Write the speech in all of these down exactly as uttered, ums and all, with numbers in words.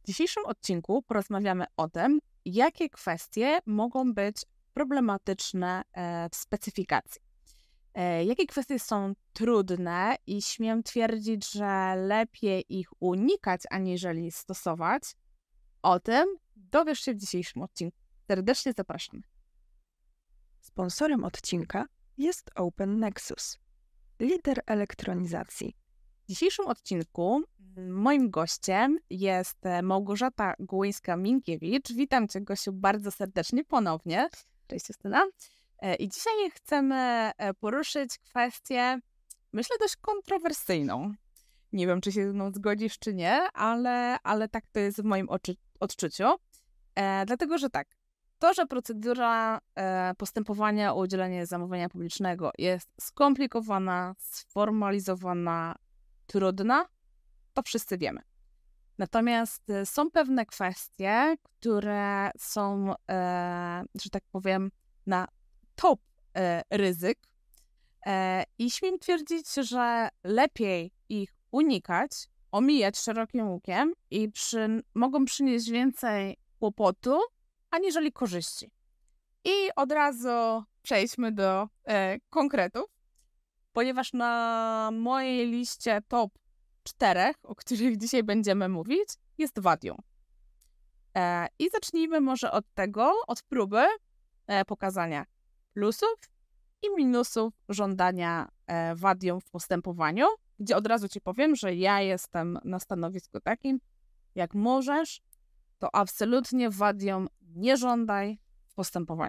W dzisiejszym odcinku porozmawiamy o tym, jakie kwestie mogą być problematyczne w specyfikacji. Jakie kwestie są trudne i śmiem twierdzić, że lepiej ich unikać, aniżeli stosować. O tym dowiesz się w dzisiejszym odcinku. Serdecznie zapraszamy. Sponsorem odcinka jest Open Nexus, lider elektronizacji. W dzisiejszym odcinku moim gościem jest Małgorzata Gołyńska-Minkiewicz. Witam Cię, Gosiu, bardzo serdecznie ponownie. Cześć, Justyna. I dzisiaj chcemy poruszyć kwestię, myślę, dość kontrowersyjną. Nie wiem, czy się ze mną zgodzisz, czy nie, ale, ale tak to jest w moim oczy, odczuciu. E, dlatego, że tak, to, że procedura e, postępowania o udzielenie zamówienia publicznego jest skomplikowana, sformalizowana, trudna, to wszyscy wiemy. Natomiast e, są pewne kwestie, które są, e, że tak powiem, na top e, ryzyk e, i śmiem twierdzić, że lepiej ich unikać, omijać szerokim łukiem i przy, mogą przynieść więcej kłopotu, aniżeli korzyści. I od razu przejdźmy do e, konkretów, ponieważ na mojej liście top czterech, o których dzisiaj będziemy mówić, jest Vadium. E, I zacznijmy może od tego, od próby e, pokazania plusów i minusów żądania e, Vadium w postępowaniu, gdzie od razu Ci powiem, że ja jestem na stanowisku takim, jak możesz, to absolutnie Vadium nie żądaj w postępowaniu.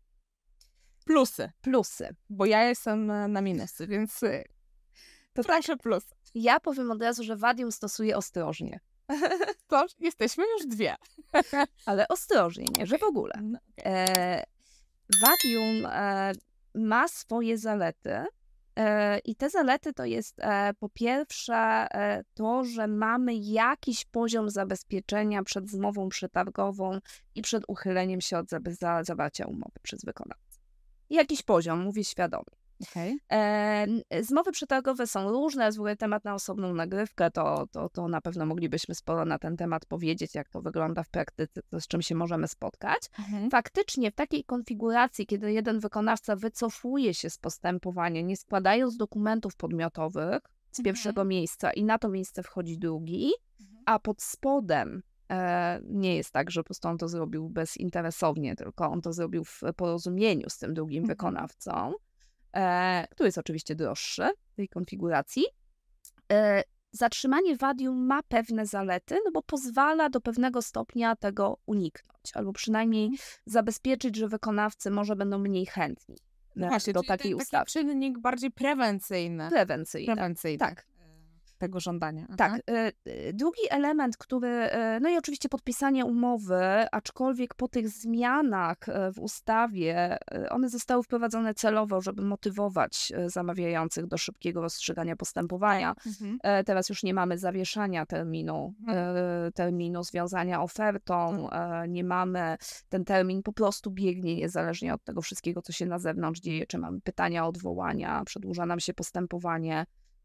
Plusy. Plusy. Bo ja jestem na minusy, więc to proszę plusy. Ja powiem od razu, że Vadium stosuję ostrożnie. To jesteśmy już dwie. Ale ostrożnie, nie, że w ogóle. No, okay. e, Vadium e, ma swoje zalety. I te zalety to jest e, po pierwsze e, to, że mamy jakiś poziom zabezpieczenia przed zmową przetargową i przed uchyleniem się od za, zawarcia umowy przez wykonawcę. Jakiś poziom, mówię świadomie. Okay. E, zmowy przetargowe są różne, jest w ogóle temat na osobną nagrywkę, to, to, to na pewno moglibyśmy sporo na ten temat powiedzieć, jak to wygląda w praktyce, to z czym się możemy spotkać. Mhm. Faktycznie w takiej konfiguracji, kiedy jeden wykonawca wycofuje się z postępowania, nie składając dokumentów podmiotowych z Mhm. pierwszego miejsca i na to miejsce wchodzi drugi, Mhm. a pod spodem e, nie jest tak, że po prostu on to zrobił bezinteresownie, tylko on to zrobił w porozumieniu z tym drugim Mhm. wykonawcą, E, który jest oczywiście droższy w tej konfiguracji. E, zatrzymanie Vadium ma pewne zalety, no bo pozwala do pewnego stopnia tego uniknąć, albo przynajmniej Mhm. zabezpieczyć, że wykonawcy może będą mniej chętni No właśnie, do czyli takiej ten, ustawy. taki czynnik bardziej prewencyjny. Prewencyjny. Prewencyjny. Tak. Tego żądania. Aha. Tak. E, drugi element, który, e, no i oczywiście podpisanie umowy, aczkolwiek po tych zmianach w ustawie, e, one zostały wprowadzone celowo, żeby motywować e, zamawiających do szybkiego rozstrzygania postępowania. Mhm. E, teraz już nie mamy zawieszania terminu, e, terminu związania ofertą, e, nie mamy, ten termin po prostu biegnie niezależnie od tego wszystkiego, co się na zewnątrz dzieje, czy mamy pytania, odwołania, przedłuża nam się postępowanie,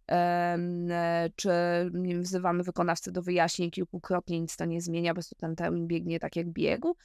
czy wzywamy wykonawcę do wyjaśnień kilkukrotnie, nic to nie zmienia, po prostu ten termin biegnie tak jak biegł.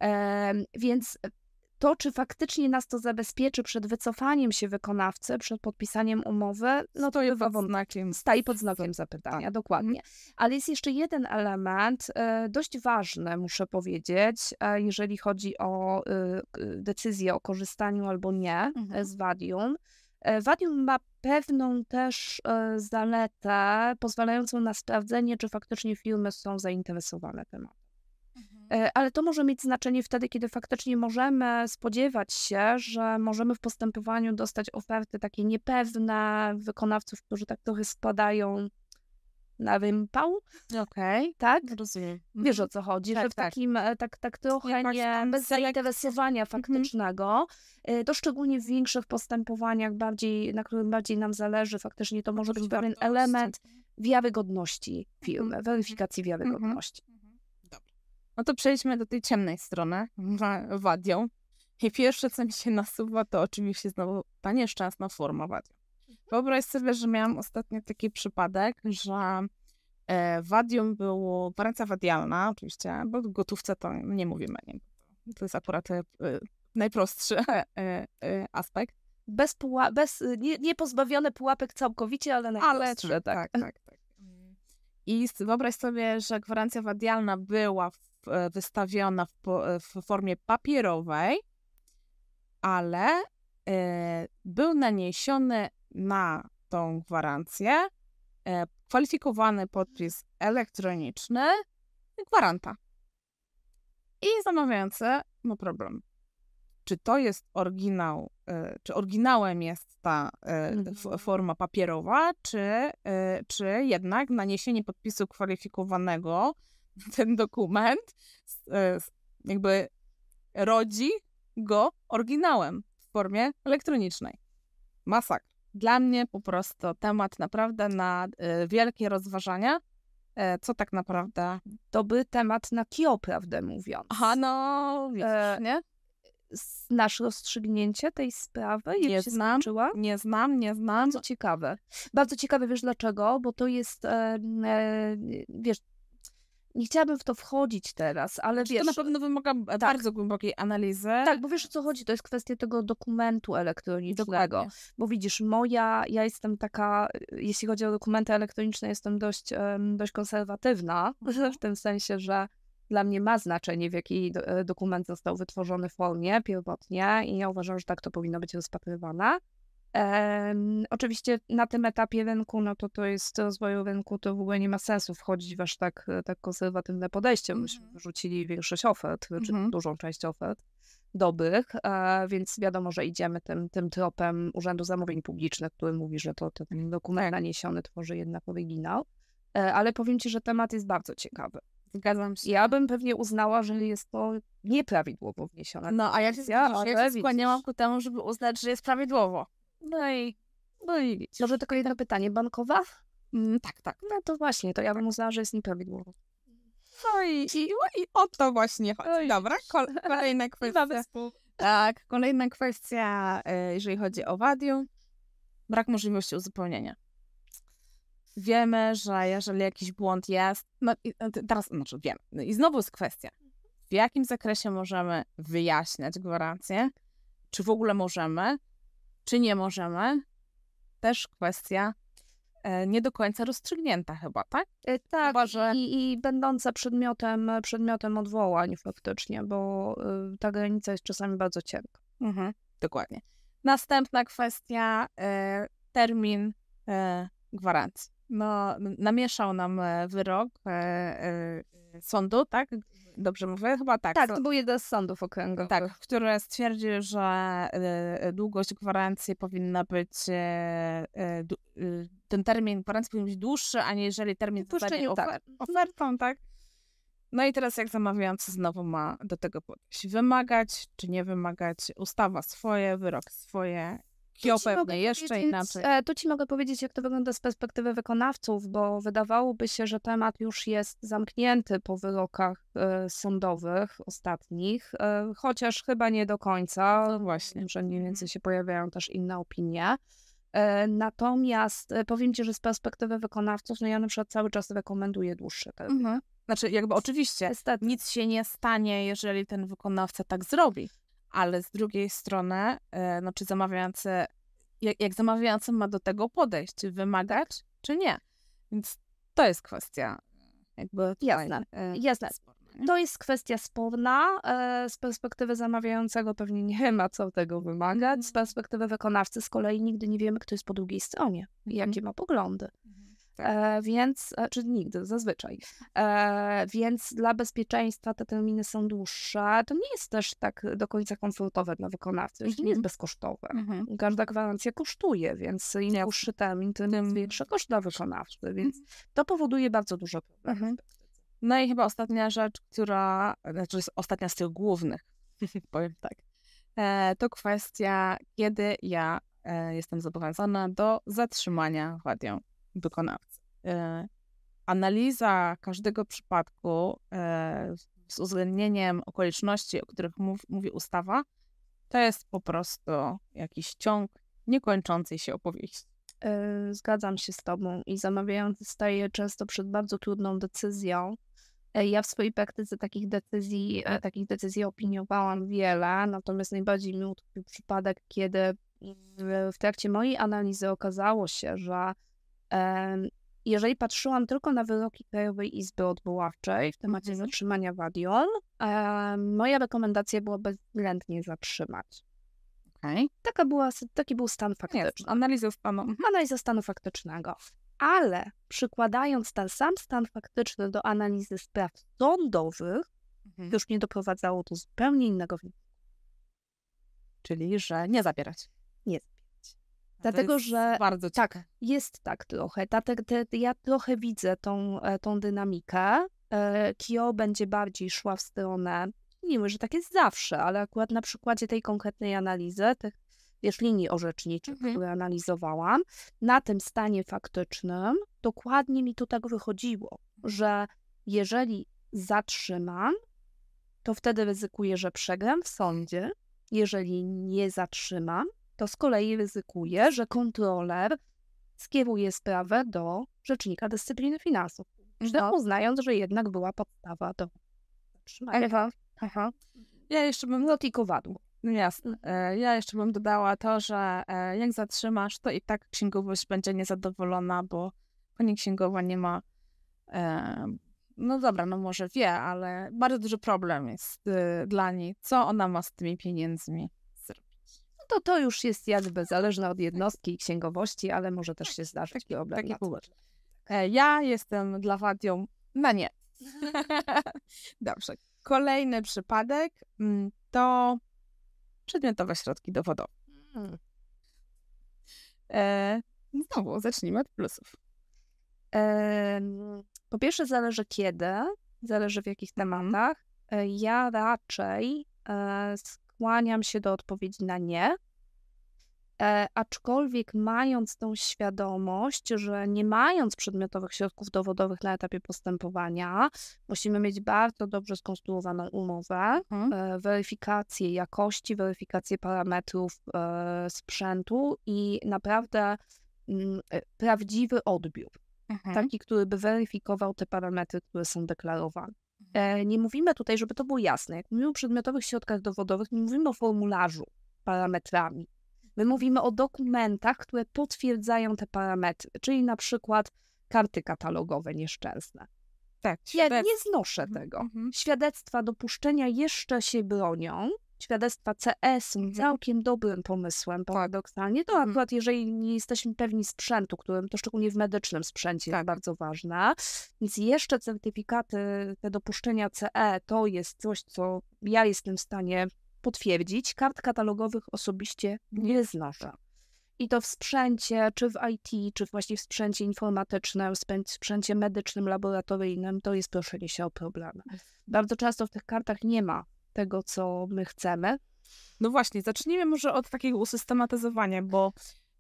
Więc to, czy faktycznie nas to zabezpieczy przed wycofaniem się wykonawcy, przed podpisaniem umowy, no to pod znakiem. staje pod znakiem zapytania, tak. Dokładnie. Ale jest jeszcze jeden element, dość ważny, muszę powiedzieć, jeżeli chodzi o decyzję o korzystaniu albo nie mhm. z Vadium. Vadium ma pewną też zaletę pozwalającą na sprawdzenie, czy faktycznie firmy są zainteresowane tematem. Mhm. Ale to może mieć znaczenie wtedy, kiedy faktycznie możemy spodziewać się, że możemy w postępowaniu dostać oferty takie niepewne, wykonawców, którzy tak trochę spadają na rympał. Okej, okay. Tak? Rozumiem. Wiesz, o co chodzi, tak, że w tak. takim, tak, tak trochę nie, bez zainteresowania faktycznego, mm-hmm. to szczególnie w większych postępowaniach, bardziej, na którym bardziej nam zależy, faktycznie to może być pewien element wiarygodności firmy, mm-hmm. weryfikacji wiarygodności. Mm-hmm. Dobra. No to przejdźmy do tej ciemnej strony, Vadium. I pierwsze, co mi się nasuwa, to oczywiście znowu ta nieszczęsna forma Vadium. Wyobraź sobie, że miałam ostatnio taki przypadek, że E, wadium było, gwarancja wadialna oczywiście, bo w gotówce to nie mówimy, nie? To jest akurat e, najprostszy e, e, aspekt. Bez, puła- bez nie, nie pozbawione pułapek całkowicie, ale najprostsze. Ale tak, tak, tak. tak. I wyobraź sobie, że gwarancja wadialna była w, wystawiona w, w formie papierowej, ale e, był naniesiony na tą gwarancję e, kwalifikowany podpis elektroniczny gwaranta. I zamawiający ma problem. Czy to jest oryginał, e, czy oryginałem jest ta e, f, forma papierowa, czy, e, czy jednak naniesienie podpisu kwalifikowanego na ten dokument e, jakby rodzi go oryginałem w formie elektronicznej. Masakra. Dla mnie po prostu temat naprawdę na y, wielkie rozważania, e, co tak naprawdę... To by temat na kio, prawdę mówiąc. Aha, no, wiesz, e, nie? Znasz rozstrzygnięcie tej sprawy? Jak nie się znam, skończyła? nie znam, nie znam. Bardzo ciekawe. Bardzo ciekawe, wiesz dlaczego? Bo to jest, e, e, wiesz, nie chciałabym w to wchodzić teraz, ale Znaczy, wiesz... To na pewno wymaga tak. bardzo głębokiej analizy. Tak, bo wiesz o co chodzi, to jest kwestia tego dokumentu elektronicznego. Dokładnie. Bo widzisz, moja, ja jestem taka, jeśli chodzi o dokumenty elektroniczne, jestem dość, dość konserwatywna, w tym sensie, że dla mnie ma znaczenie, w jakiej dokument został wytworzony formie pierwotnie i ja uważam, że tak to powinno być rozpatrywane. Um, oczywiście na tym etapie rynku, no to to jest rozwoju rynku, to w ogóle nie ma sensu wchodzić w aż tak, tak konserwatywne podejście. Mm-hmm. Myśmy wyrzucili większość ofert, mm-hmm. czy dużą część ofert dobrych, e, więc wiadomo, że idziemy tym, tym tropem Urzędu Zamówień Publicznych, który mówi, że to, to ten dokument naniesiony tworzy jednak oryginał. E, ale powiem ci, że temat jest bardzo ciekawy. Zgadzam się. Ja bym pewnie uznała, że jest to nieprawidłowo wniesione. No, a ja się, ja, ja się skłaniałam ku temu, żeby uznać, że jest prawidłowo. No i, no i widzisz. Dobrze, tylko jedno pytanie. Bankowa? Mm, tak, tak. No to właśnie, to ja bym uznała, że jest nieprawidłowo. No i, i, i o to właśnie chodzi. Oj. Dobra, kol, kolejna kwestia. Tak, kolejna kwestia, jeżeli chodzi o wadium. Brak możliwości uzupełnienia. Wiemy, że jeżeli jakiś błąd jest, no i teraz, znaczy wiem, no i znowu jest kwestia, w jakim zakresie możemy wyjaśniać gwarancję, czy w ogóle możemy, czy nie możemy, też kwestia e, nie do końca rozstrzygnięta chyba, tak? E, tak, chyba, że... I, i będąca przedmiotem, przedmiotem odwołań faktycznie, bo y, ta granica jest czasami bardzo cienka. Mhm, dokładnie. Następna kwestia, e, termin e, gwarancji. No, namieszał nam wyrok e, e, sądu, tak? Dobrze mówię? Chyba tak. Tak, to był jeden z sądów okręgowych. Tak, który stwierdził, że e, długość gwarancji powinna być, e, e, du, e, ten termin gwarancji powinien być dłuższy, aniżeli termin zostania ofer tak. ofertą, tak? No i teraz jak zamawiający znowu ma do tego podejść? Wymagać, czy nie wymagać? Ustawa swoje, wyrok swoje. Kio pewnie jeszcze inaczej. Tu ci mogę powiedzieć, jak to wygląda z perspektywy wykonawców, bo wydawałoby się, że temat już jest zamknięty po wyrokach e, sądowych ostatnich, e, chociaż chyba nie do końca, no właśnie, że mniej więcej się pojawiają też inne opinie. E, natomiast e, powiem ci, że z perspektywy wykonawców, no ja na przykład cały czas rekomenduję dłuższy termin. Mhm. Znaczy jakby oczywiście Niestety. nic się nie stanie, jeżeli ten wykonawca tak zrobi. Ale z drugiej strony, no czy zamawiający, jak, jak zamawiający ma do tego podejść, czy wymagać, tak. czy nie. Więc to jest kwestia jakby tutaj, Jasne, e, jasne. Sporna, to jest kwestia sporna. E, z perspektywy zamawiającego pewnie nie ma co tego wymagać. Z perspektywy wykonawcy z kolei nigdy nie wiemy, kto jest po drugiej stronie, mhm. jakie ma poglądy. E, więc, czy nigdy, zazwyczaj. E, więc dla bezpieczeństwa te terminy są dłuższe. To nie jest też tak do końca komfortowe dla wykonawcy. Mm-hmm. To nie jest bezkosztowe. Mm-hmm. Każda gwarancja kosztuje, więc im ja. dłuższy termin, tym mm. większy koszt dla wykonawcy. Więc mm-hmm. to powoduje bardzo dużo problemów. Mm-hmm. No i chyba ostatnia rzecz, która, znaczy jest ostatnia z tych głównych, powiem tak, e, to kwestia, kiedy ja e, jestem zobowiązana do zatrzymania wadium wykonawcy. E, analiza każdego przypadku e, z uwzględnieniem okoliczności, o których mów, mówi ustawa, to jest po prostu jakiś ciąg niekończącej się opowieści. Yy, zgadzam się z tobą i zamawiający staje często przed bardzo trudną decyzją. Yy, ja w swojej praktyce takich decyzji, yy, takich decyzji opiniowałam wiele, natomiast najbardziej mi utkwił przypadek, kiedy w, w trakcie mojej analizy okazało się, że yy, jeżeli patrzyłam tylko na wyroki Krajowej Izby Odwoławczej w temacie Mhm. zatrzymania Vadiol, yy, moja rekomendacja była bezwzględnie zatrzymać. Okay. Taka była, taki był stan faktyczny. Analiza stanu. Analiza stanu faktycznego. Ale przykładając ten sam stan faktyczny do analizy spraw sądowych, Mhm. już mnie doprowadzało do zupełnie innego wniosku. Czyli, że nie zabierać. Nie zabierać. Dlatego, że bardzo tak, jest tak trochę. Ta, te, te, ja trochę widzę tą, tą dynamikę. K I O będzie bardziej szła w stronę, nie mówię, że tak jest zawsze, ale akurat na przykładzie tej konkretnej analizy, tych wiesz, linii orzeczniczych, Mhm. które analizowałam, na tym stanie faktycznym dokładnie mi to tak wychodziło, że jeżeli zatrzymam, to wtedy ryzykuję, że przegram w sądzie. Jeżeli nie zatrzymam, to z kolei ryzykuję, że kontroler skieruje sprawę do Rzecznika Dyscypliny Finansów, No. uznając, że jednak była podstawa do zatrzymania. Aha, aha. Ja jeszcze bym... Lot i kowadło. Jasne. E, Ja jeszcze bym dodała to, że e, jak zatrzymasz, to i tak księgowość będzie niezadowolona, bo pani księgowa nie ma... E, no dobra, no może wie, ale bardzo duży problem jest e, dla niej. Co ona ma z tymi pieniędzmi zrobić? No to to już jest jakby zależne od jednostki i księgowości, ale może też się zdarzyć Taki- problem. taki na pół. co. E, Ja jestem dla Wadią na nie. Dobrze. Kolejny przypadek mm, to przedmiotowe środki dowodowe. Hmm. E, Znowu, zacznijmy od plusów. Em, Po pierwsze zależy kiedy, zależy w jakich tematach. E, Ja raczej e, skłaniam się do odpowiedzi na nie, e, aczkolwiek mając tą świadomość, że nie mając przedmiotowych środków dowodowych na etapie postępowania, musimy mieć bardzo dobrze skonstruowaną umowę, Mhm. e, weryfikację jakości, weryfikację parametrów e, sprzętu i naprawdę mm, e, prawdziwy odbiór. Mhm. Taki, który by weryfikował te parametry, które są deklarowane. E, nie mówimy tutaj, żeby to było jasne, jak mówimy o przedmiotowych środkach dowodowych, nie mówimy o formularzu parametrami. My mówimy o dokumentach, które potwierdzają te parametry, czyli na przykład karty katalogowe nieszczęsne. Tak, Ja świadectwo. nie znoszę Mhm, tego. mhm. Świadectwa dopuszczenia jeszcze się bronią. Świadectwa C E są Mhm. całkiem dobrym pomysłem, paradoksalnie. To Mhm. akurat jeżeli nie jesteśmy pewni sprzętu, którym to szczególnie w medycznym sprzęcie jest Tak. bardzo ważne. Więc jeszcze certyfikaty, te dopuszczenia C E to jest coś, co ja jestem w stanie potwierdzić. Kart katalogowych osobiście nie znoszę. I to w sprzęcie, czy w I T, czy właśnie w sprzęcie informatycznym, w spę- sprzęcie medycznym, laboratoryjnym, to jest proszenie się o problemy. Bardzo często w tych kartach nie ma tego, co my chcemy. No właśnie, zacznijmy może od takiego usystematyzowania, bo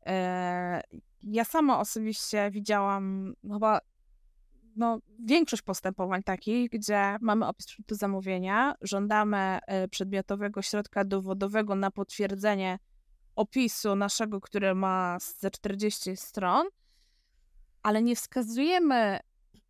e, ja sama osobiście widziałam chyba no, większość postępowań takich, gdzie mamy opis przedmiotu zamówienia, żądamy e, przedmiotowego środka dowodowego na potwierdzenie opisu naszego, który ma ze czterdzieści stron, ale nie wskazujemy,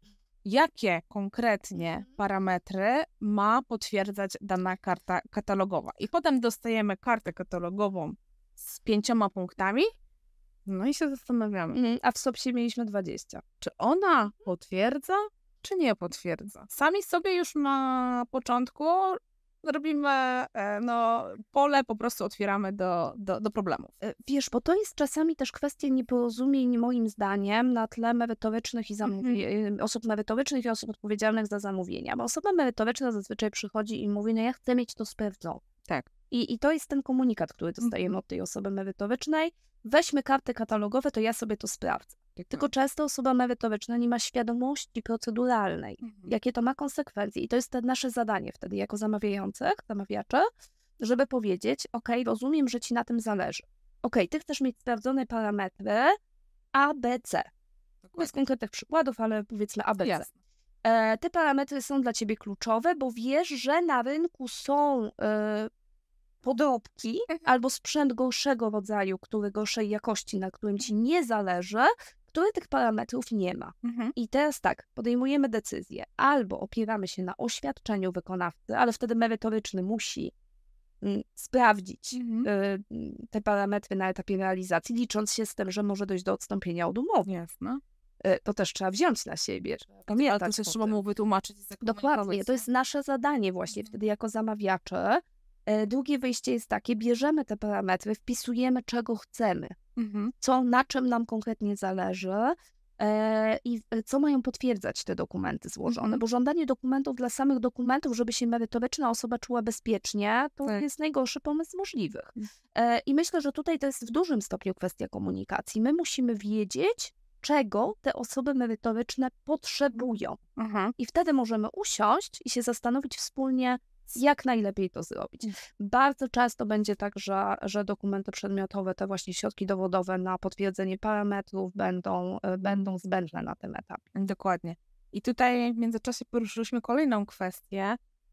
jakie konkretnie parametry ma potwierdzać dana karta katalogowa. I potem dostajemy kartę katalogową z pięcioma punktami, no i się zastanawiamy, A w SOPSie mieliśmy dwadzieścia. czy ona potwierdza, czy nie potwierdza. Sami sobie już na początku robimy e, no, pole, po prostu otwieramy do, do, do problemów. E, Wiesz, bo to jest czasami też kwestia nieporozumień, moim zdaniem, na tle merytorycznych i zamówi- osób merytorycznych i osób odpowiedzialnych za zamówienia. Bo osoba merytoryczna zazwyczaj przychodzi i mówi, no ja chcę mieć to sprawdzone. Tak. I, I to jest ten komunikat, który dostajemy Mhm. od tej osoby merytorycznej. Weźmy karty katalogowe, to ja sobie to sprawdzę. Tylko często osoba merytoryczna nie ma świadomości proceduralnej, Mhm. jakie to ma konsekwencje. I to jest te nasze zadanie wtedy jako zamawiających, zamawiacze, żeby powiedzieć, ok, rozumiem, że ci na tym zależy. Ok, ty chcesz mieć sprawdzone parametry A, B, C. Bez konkretnych przykładów, ale powiedzmy A, B, C. Jasne. E, te parametry są dla ciebie kluczowe, bo wiesz, że na rynku są e, podróbki albo sprzęt gorszego rodzaju, który gorszej jakości, na którym ci nie zależy, który tych parametrów nie ma. Mhm. I teraz tak, podejmujemy decyzję. Albo opieramy się na oświadczeniu wykonawcy, ale wtedy merytoryczny musi mm, sprawdzić Mhm. y, te parametry na etapie realizacji, licząc się z tym, że może dojść do odstąpienia od umowy. Jasne. Y, to też trzeba wziąć na siebie. Ale Pamiętać to też o trzeba tym. mu wytłumaczyć. Dokładnie, to jest nasze zadanie właśnie wtedy jako zamawiacze. E, Drugie wyjście jest takie, bierzemy te parametry, wpisujemy czego chcemy, Mhm. co, na czym nam konkretnie zależy e, i e, co mają potwierdzać te dokumenty złożone, Mhm. bo żądanie dokumentów dla samych dokumentów, żeby się merytoryczna osoba czuła bezpiecznie, to Tak. jest najgorszy pomysł z możliwych. Mhm. E, I myślę, że tutaj to jest w dużym stopniu kwestia komunikacji. My musimy wiedzieć, czego te osoby merytoryczne potrzebują. Mhm. I wtedy możemy usiąść i się zastanowić wspólnie, jak najlepiej to zrobić. Mm. Bardzo często będzie tak, że, że dokumenty przedmiotowe, te właśnie środki dowodowe na potwierdzenie parametrów będą, e, będą zbędne na tym etapie. Dokładnie. I tutaj w międzyczasie poruszyliśmy kolejną kwestię,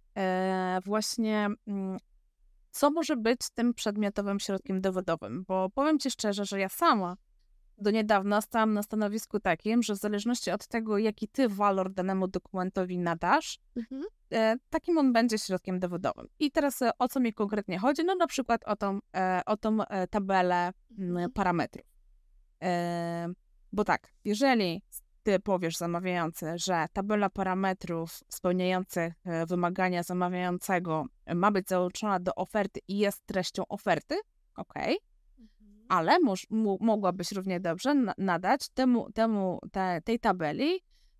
e, właśnie mm, co może być tym przedmiotowym środkiem dowodowym, bo powiem Ci szczerze, że ja sama do niedawna stałam na stanowisku takim, że w zależności od tego, jaki Ty walor danemu dokumentowi nadasz, e, takim on będzie środkiem dowodowym. I teraz e, o co mi konkretnie chodzi? No na przykład o tą, e, o tą e, tabelę m, parametrów. E, bo tak, jeżeli Ty powiesz zamawiający, że tabela parametrów spełniających e, wymagania zamawiającego e, ma być załączona do oferty i jest treścią oferty, okej, ale moż, mu, mogłabyś równie dobrze na, nadać temu, temu te, tej tabeli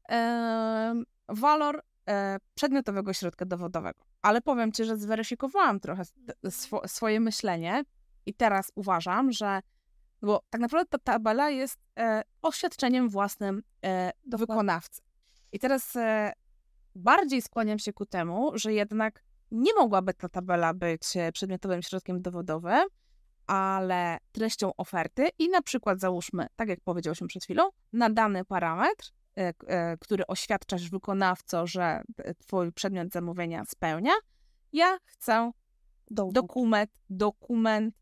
e, walor e, przedmiotowego środka dowodowego. Ale powiem Ci, że zweryfikowałam trochę swo, swoje myślenie i teraz uważam, że bo tak naprawdę ta tabela jest e, oświadczeniem własnym e, wykonawcy. I teraz e, bardziej skłaniam się ku temu, że jednak nie mogłaby ta tabela być przedmiotowym środkiem dowodowym, ale treścią oferty i na przykład załóżmy, tak jak powiedziałyśmy przed chwilą, na dany parametr, e, e, który oświadczasz wykonawco, że twój przedmiot zamówienia spełnia, ja chcę Dowód. dokument, dokument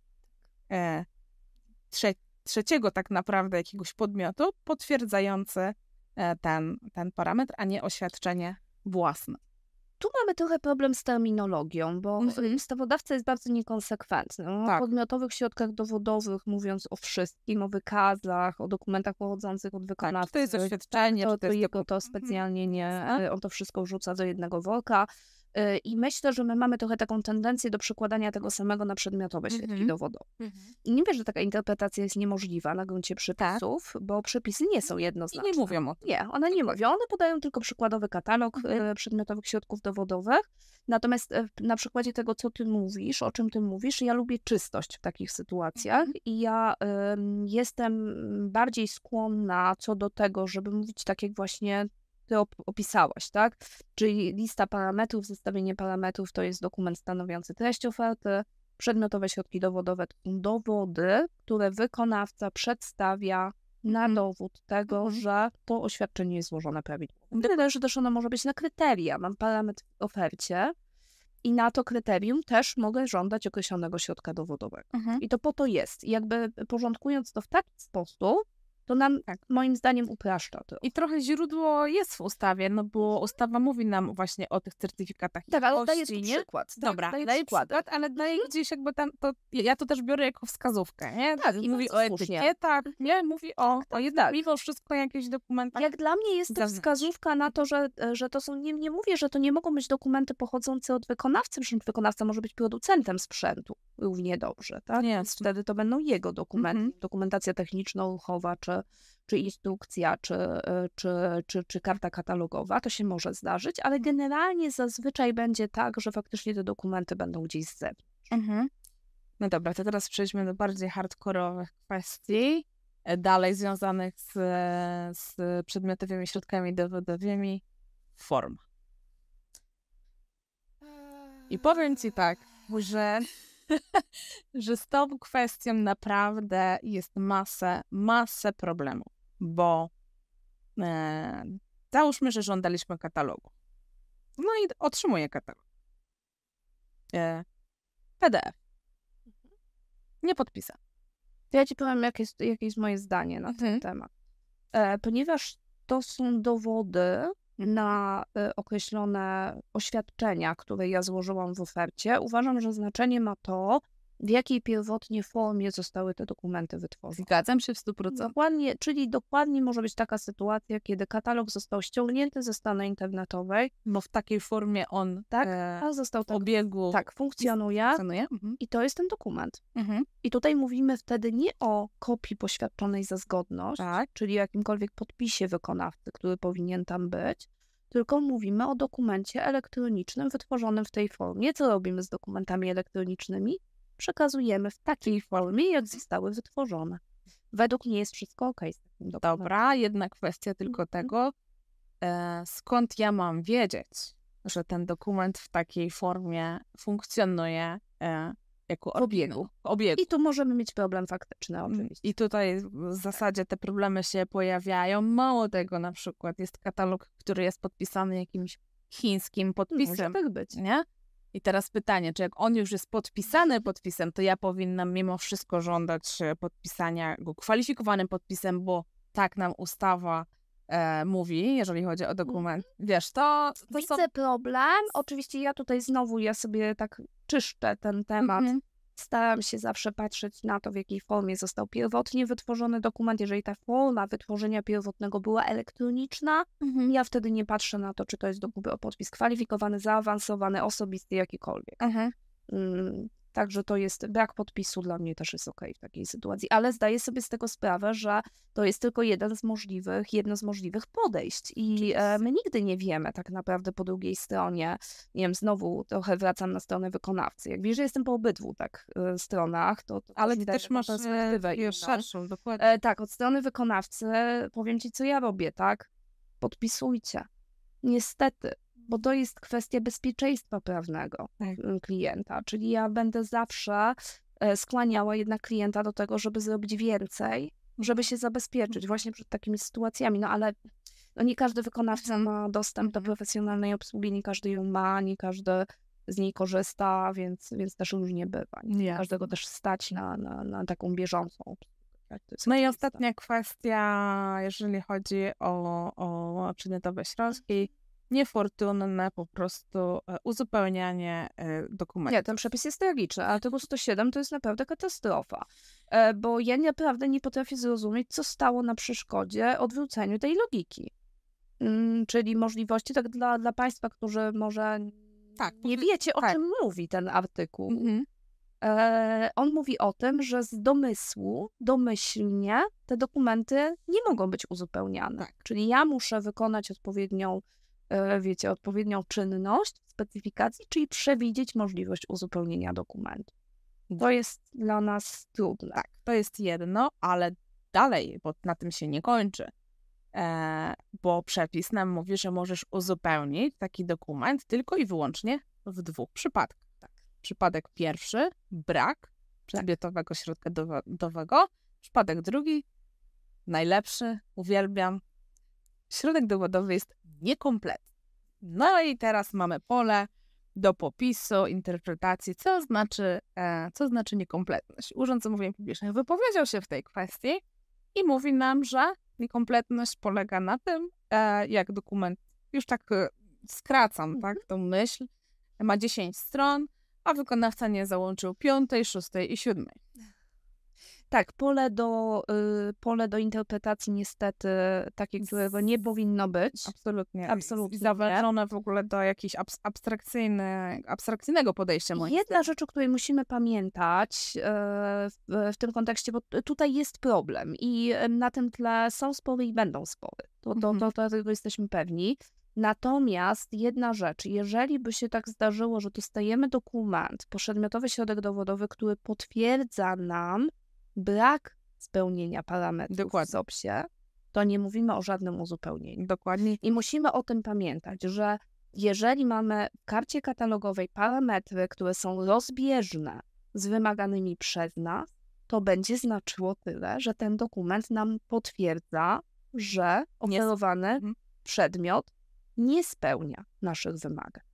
e, trze, trzeciego tak naprawdę jakiegoś podmiotu potwierdzający e, ten, ten parametr, a nie oświadczenie własne. Tu mamy trochę problem z terminologią, bo Mhm. ustawodawca jest bardzo niekonsekwentny. O Tak. podmiotowych środkach dowodowych, mówiąc o wszystkim, o wykazach, o dokumentach pochodzących od wykonawcy. Czy to jest oświadczenie, to, czy to to jest jego doku- to Mhm. specjalnie nie, Jasne. on to wszystko wrzuca do jednego worka. Y, I myślę, że my mamy trochę taką tendencję do przekładania tego samego na przedmiotowe środki Mhm. dowodowe. I nie wiem, że taka interpretacja jest niemożliwa na gruncie przepisów, bo przepisy nie są I jednoznaczne. nie mówią o tym. Nie, one nie mówią. One podają tylko przykładowy katalog Mhm. e, przedmiotowych środków dowodowych. Natomiast e, na przykładzie tego, co ty mówisz, o czym ty mówisz, ja lubię czystość w takich sytuacjach Mhm. i ja em, jestem bardziej skłonna co do tego, żeby mówić tak, jak właśnie ty op- opisałaś, tak? Czyli lista parametrów, zestawienie parametrów to jest dokument stanowiący treść oferty. Przedmiotowe środki dowodowe to są dowody, które wykonawca przedstawia na Mhm. dowód tego, Mhm. że to oświadczenie jest złożone prawidłowo. Tyle, że też ono może być na kryteria. Mam parametr w ofercie i na to kryterium też mogę żądać określonego środka dowodowego. Mhm. I to po to jest. I jakby porządkując to w taki sposób, to nam Tak. moim zdaniem upraszcza to. I trochę źródło jest w ustawie, no bo ustawa mówi nam właśnie o tych certyfikatach Tak, ale daję jakości, tu nie? przykład. Tak, Dobra, daję daję przykłady. przykład, ale daję gdzieś jakby tam, to ja to też biorę jako wskazówkę, nie? Tak, i mówi bardzo o słusznie. etykietach, nie? Mówi o, tak, o jednak mimo wszystko jakieś dokumentach. Jak dla mnie jest to zewnątrz. wskazówka na to, że, że to są, nie, nie mówię, że to nie mogą być dokumenty pochodzące od wykonawcy, przecież wykonawca może być producentem sprzętu równie dobrze, tak? Nie, Więc wtedy to będą jego dokumenty, Mhm. dokumentacja techniczno-ruchowa, czy, czy instrukcja, czy, czy, czy, czy karta katalogowa, to się może zdarzyć, ale generalnie zazwyczaj będzie tak, że faktycznie te dokumenty będą gdzieś z zewnątrz. Mhm. No dobra, to teraz przejdźmy do bardziej hardkorowych kwestii, e, dalej związanych z, z przedmiotowymi środkami dowodowymi. Forma. I powiem Ci tak, że, że z tą kwestią naprawdę jest masę, masę problemów, bo e, załóżmy, że żądaliśmy katalogu. No i otrzymuję katalog. E, P D F. Nie podpisem. To ja ci powiem, jakie jest, jakie jest moje zdanie na Mhm. ten temat. E, ponieważ to są dowody na e, określone oświadczenia, które ja złożyłam w ofercie, uważam, że znaczenie ma to, w jakiej pierwotnie formie zostały te dokumenty wytworzone. Zgadzam się w stu procentach. Dokładnie, czyli dokładnie może być taka sytuacja, kiedy katalog został ściągnięty ze strony internetowej, Bo w takiej formie on tak, e, a został w tak, obiegu tak funkcjonuje funkcjonuje. Mhm. i to jest ten dokument. Mhm. I tutaj mówimy wtedy nie o kopii poświadczonej za zgodność, Tak. czyli jakimkolwiek podpisie wykonawcy, który powinien tam być, tylko mówimy o dokumencie elektronicznym wytworzonym w tej formie. Co robimy z dokumentami elektronicznymi? Przekazujemy w takiej formie, jak zostały wytworzone. Według mnie jest wszystko okej z takim dokumentem. Dobra, jedna kwestia tylko Mhm. tego, e, skąd ja mam wiedzieć, że ten dokument w takiej formie funkcjonuje e, jako W obiegu. w obiegu. I tu możemy mieć problem faktyczny oczywiście. I tutaj w zasadzie te problemy się pojawiają. Mało tego, na przykład jest katalog, który jest podpisany jakimś chińskim Może podpisem, tak być. nie? I teraz pytanie, czy jak on już jest podpisany podpisem, to ja powinnam mimo wszystko żądać e, podpisania go kwalifikowanym podpisem, bo tak nam ustawa e, mówi, jeżeli chodzi o dokument. Wiesz, to, to Widzę problem. Oczywiście ja tutaj znowu, ja sobie tak czyszczę ten temat. Mhm. Staram się zawsze patrzeć na to, w jakiej formie został pierwotnie wytworzony dokument. Jeżeli ta forma wytworzenia pierwotnego była elektroniczna, Mhm. ja wtedy nie patrzę na to, czy to jest dokument o podpis kwalifikowany, zaawansowany, osobisty, jakikolwiek. Mhm. Mm, Także to jest, brak podpisu dla mnie też jest okej w takiej sytuacji, ale zdaję sobie z tego sprawę, że to jest tylko jeden z możliwych, jedno z możliwych podejść i e, my nigdy nie wiemy tak naprawdę po drugiej stronie, nie wiem, znowu trochę wracam na stronę wykonawcy. Jak wiesz, że jestem po obydwu tak e, stronach, to, to Ale mi ty daje też taką masz perspektywę e, inną. szerszą, dokładnie. E, tak, od strony wykonawcy powiem ci, co ja robię, tak? Podpisujcie. Niestety, bo to jest kwestia bezpieczeństwa prawnego Tak. m, klienta, czyli ja będę zawsze e, skłaniała jednak klienta do tego, żeby zrobić więcej, żeby się zabezpieczyć właśnie przed takimi sytuacjami, no ale no nie każdy wykonawca ma dostęp do profesjonalnej obsługi, nie każdy ją ma, nie każdy z niej korzysta, więc, więc też różnie bywa. Nie Jasne. każdego też stać na, na, na taką bieżącą obsługę. Tak, to jest No i oczywiste. ostatnia kwestia, jeżeli chodzi o, o przedmiotowe środki, niefortunne po prostu e, uzupełnianie e, dokumentów. Nie, ten przepis jest tragiczny, ale artykuł sto siedem to jest naprawdę katastrofa, e, bo ja naprawdę nie potrafię zrozumieć, co stało na przeszkodzie odwróceniu tej logiki. Mm, czyli możliwości, tak dla, dla Państwa, którzy może Tak, nie powie- wiecie, o tak. czym mówi ten artykuł. Mhm. E, on mówi o tym, że z domysłu, domyślnie te dokumenty nie mogą być uzupełniane. Tak. Czyli ja muszę wykonać odpowiednią, e, wiecie, odpowiednią czynność w specyfikacji, czyli przewidzieć możliwość uzupełnienia dokumentu. To jest dla nas trudne. Tak, to jest jedno, ale dalej, bo na tym się nie kończy. E, bo przepis nam mówi, że możesz uzupełnić taki dokument tylko i wyłącznie w dwóch przypadkach. Tak. Przypadek pierwszy, brak przedmiotowego środka dowodowego. Przypadek drugi, najlepszy, uwielbiam, środek dowodowy jest niekompletny. No i teraz mamy pole do popisu, interpretacji, co znaczy, e, co znaczy niekompletność. Urząd Zamówień Publicznych wypowiedział się w tej kwestii i mówi nam, że niekompletność polega na tym, e, jak dokument, już tak e, skracam, tak, tą myśl, ma dziesięć stron, a wykonawca nie załączył piątej, szóstej i siódmej. Tak, pole do, y, pole do interpretacji niestety takie, którego nie powinno być. Absolutnie. Absolutnie I zawężone w ogóle do jakiegoś abs- abstrakcyjny, abstrakcyjnego podejścia. moim Jedna zdaniem. rzecz, o której musimy pamiętać e, w, w tym kontekście, bo t- tutaj jest problem i e, na tym tle są spory i będą spory. To, to, Mhm. to, to tego jesteśmy pewni. Natomiast jedna rzecz, jeżeli by się tak zdarzyło, że dostajemy dokument, przedmiotowy środek dowodowy, który potwierdza nam brak spełnienia parametrów Dokładnie. w Z O P S-ie, to nie mówimy o żadnym uzupełnieniu. Dokładnie. I musimy o tym pamiętać, że jeżeli mamy w karcie katalogowej parametry, które są rozbieżne z wymaganymi przez nas, to będzie znaczyło tyle, że ten dokument nam potwierdza, że oferowany Mhm. przedmiot nie spełnia naszych wymagań.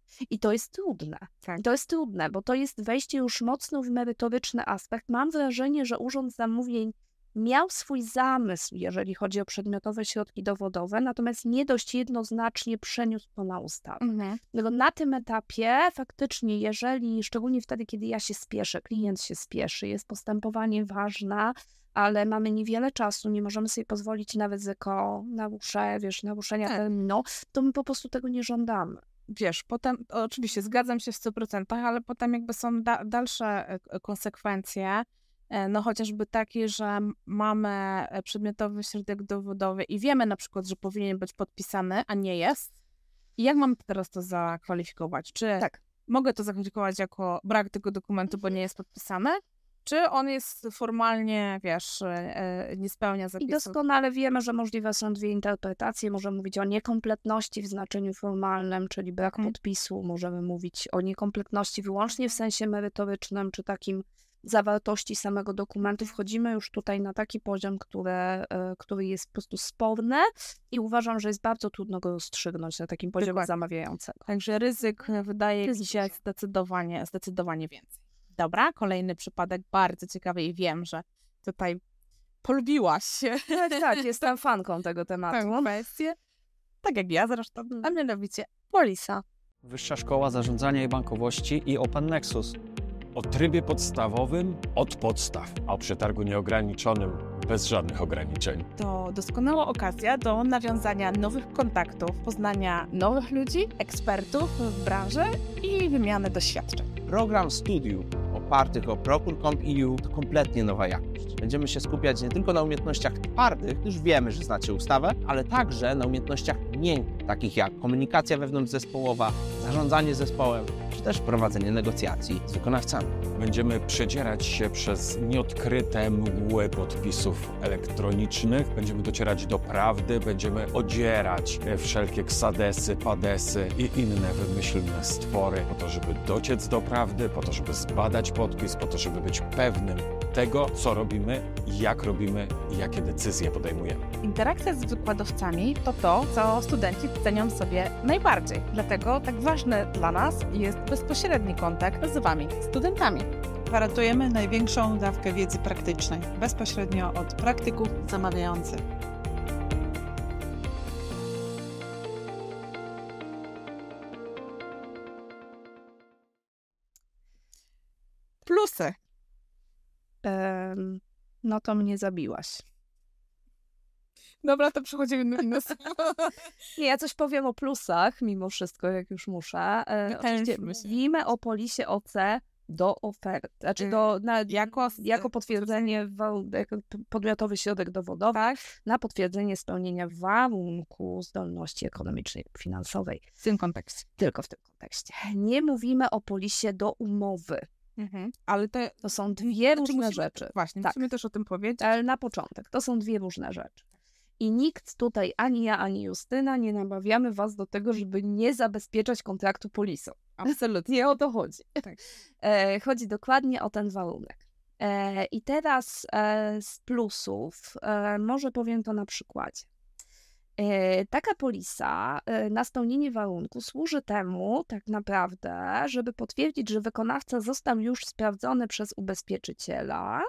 I to jest trudne. Tak. To jest trudne, bo to jest wejście już mocno w merytoryczny aspekt. Mam wrażenie, że Urząd Zamówień miał swój zamysł, jeżeli chodzi o przedmiotowe środki dowodowe, natomiast nie dość jednoznacznie przeniósł to na ustawę. Mhm. Dlatego na tym etapie faktycznie, jeżeli, szczególnie wtedy, kiedy ja się spieszę, klient się spieszy, jest postępowanie ważne, ale mamy niewiele czasu, nie możemy sobie pozwolić nawet jako naruszenia, wiesz, naruszenia Tak. terminu, to my po prostu tego nie żądamy. Wiesz, potem, oczywiście zgadzam się w stu procentach, ale potem jakby są da, dalsze e, konsekwencje, e, no chociażby takie, że m- mamy e, przedmiotowy środek dowodowy i wiemy na przykład, że powinien być podpisany, a nie jest. I jak mamy teraz to zakwalifikować? Czy Tak. mogę to zakwalifikować jako brak tego dokumentu, bo nie jest podpisany? Czy on jest formalnie, wiesz, e, nie spełnia I zapisów? doskonale wiemy, że możliwe są dwie interpretacje. Możemy mówić o niekompletności w znaczeniu formalnym, czyli brak Mhm. podpisu. Możemy mówić o niekompletności wyłącznie w sensie merytorycznym, czy takim zawartości samego dokumentu. Wchodzimy już tutaj na taki poziom, który, e, który jest po prostu sporny i uważam, że jest bardzo trudno go rozstrzygnąć na takim poziomie Dokładnie. zamawiającego. Także ryzyk wydaje mi Ryzyk się duży. zdecydowanie, zdecydowanie więcej. Dobra, kolejny przypadek bardzo ciekawy i wiem, że tutaj polubiłaś się Tak, tak, jestem fanką tego tematu. tę kwestię. Tak jak ja zresztą, a mianowicie polisa. Wyższa Szkoła Zarządzania i Bankowości i Open Nexus. O trybie podstawowym od podstaw, a o przetargu nieograniczonym bez żadnych ograniczeń. To doskonała okazja do nawiązania nowych kontaktów, poznania nowych ludzi, ekspertów w branży i wymiany doświadczeń. Program studiów opartych o Procure kropka com kropka e u to kompletnie nowa jakość. Będziemy się skupiać nie tylko na umiejętnościach twardych, już wiemy, że znacie ustawę, ale także na umiejętnościach miękkich, takich jak komunikacja wewnątrzzespołowa, zarządzanie zespołem, czy też prowadzenie negocjacji z wykonawcami. Będziemy przedzierać się przez nieodkryte mgły podpisów elektronicznych, będziemy docierać do prawdy, będziemy odzierać e, wszelkie ksadesy, padesy i inne wymyślne stwory po to, żeby dociec do prawdy, po to, żeby zbadać podpis, po to, żeby być pewnym tego, co robimy, jak robimy i jakie decyzje podejmujemy. Interakcja z wykładowcami to to, co studenci cenią sobie najbardziej. Dlatego tak ważny dla nas jest bezpośredni kontakt z Wami, studentami. Gwarantujemy największą dawkę wiedzy praktycznej, bezpośrednio od praktyków zamawiających. Plusy. Em, no to mnie zabiłaś. Dobra, to przechodzimy do minusów. Nie, ja coś powiem o plusach, mimo wszystko, jak już muszę. E, oczywiście Wytężmy się. mówimy o polisie O C do oferty, znaczy do, na, Jako, jako potwierdzenie, wa- jako p- podmiotowy środek dowodowy, tak, na potwierdzenie spełnienia warunku zdolności ekonomicznej lub finansowej. w tym kontekście. Tylko w tym kontekście. Nie mówimy o polisie do umowy. Mhm. Ale to To są dwie znaczy różne musimy, rzeczy. Właśnie, Tak. musimy też o tym powiedzieć. Ale na początek, to są dwie różne rzeczy. I nikt tutaj, ani ja, ani Justyna, nie namawiamy was do tego, żeby nie zabezpieczać kontraktu polisą. Absolutnie. Nie o to chodzi. Tak. E, chodzi dokładnie o ten warunek. E, I teraz e, z plusów, e, może powiem to na przykładzie. E, taka polisa e, na spełnienie warunku służy temu tak naprawdę, żeby potwierdzić, że wykonawca został już sprawdzony przez ubezpieczyciela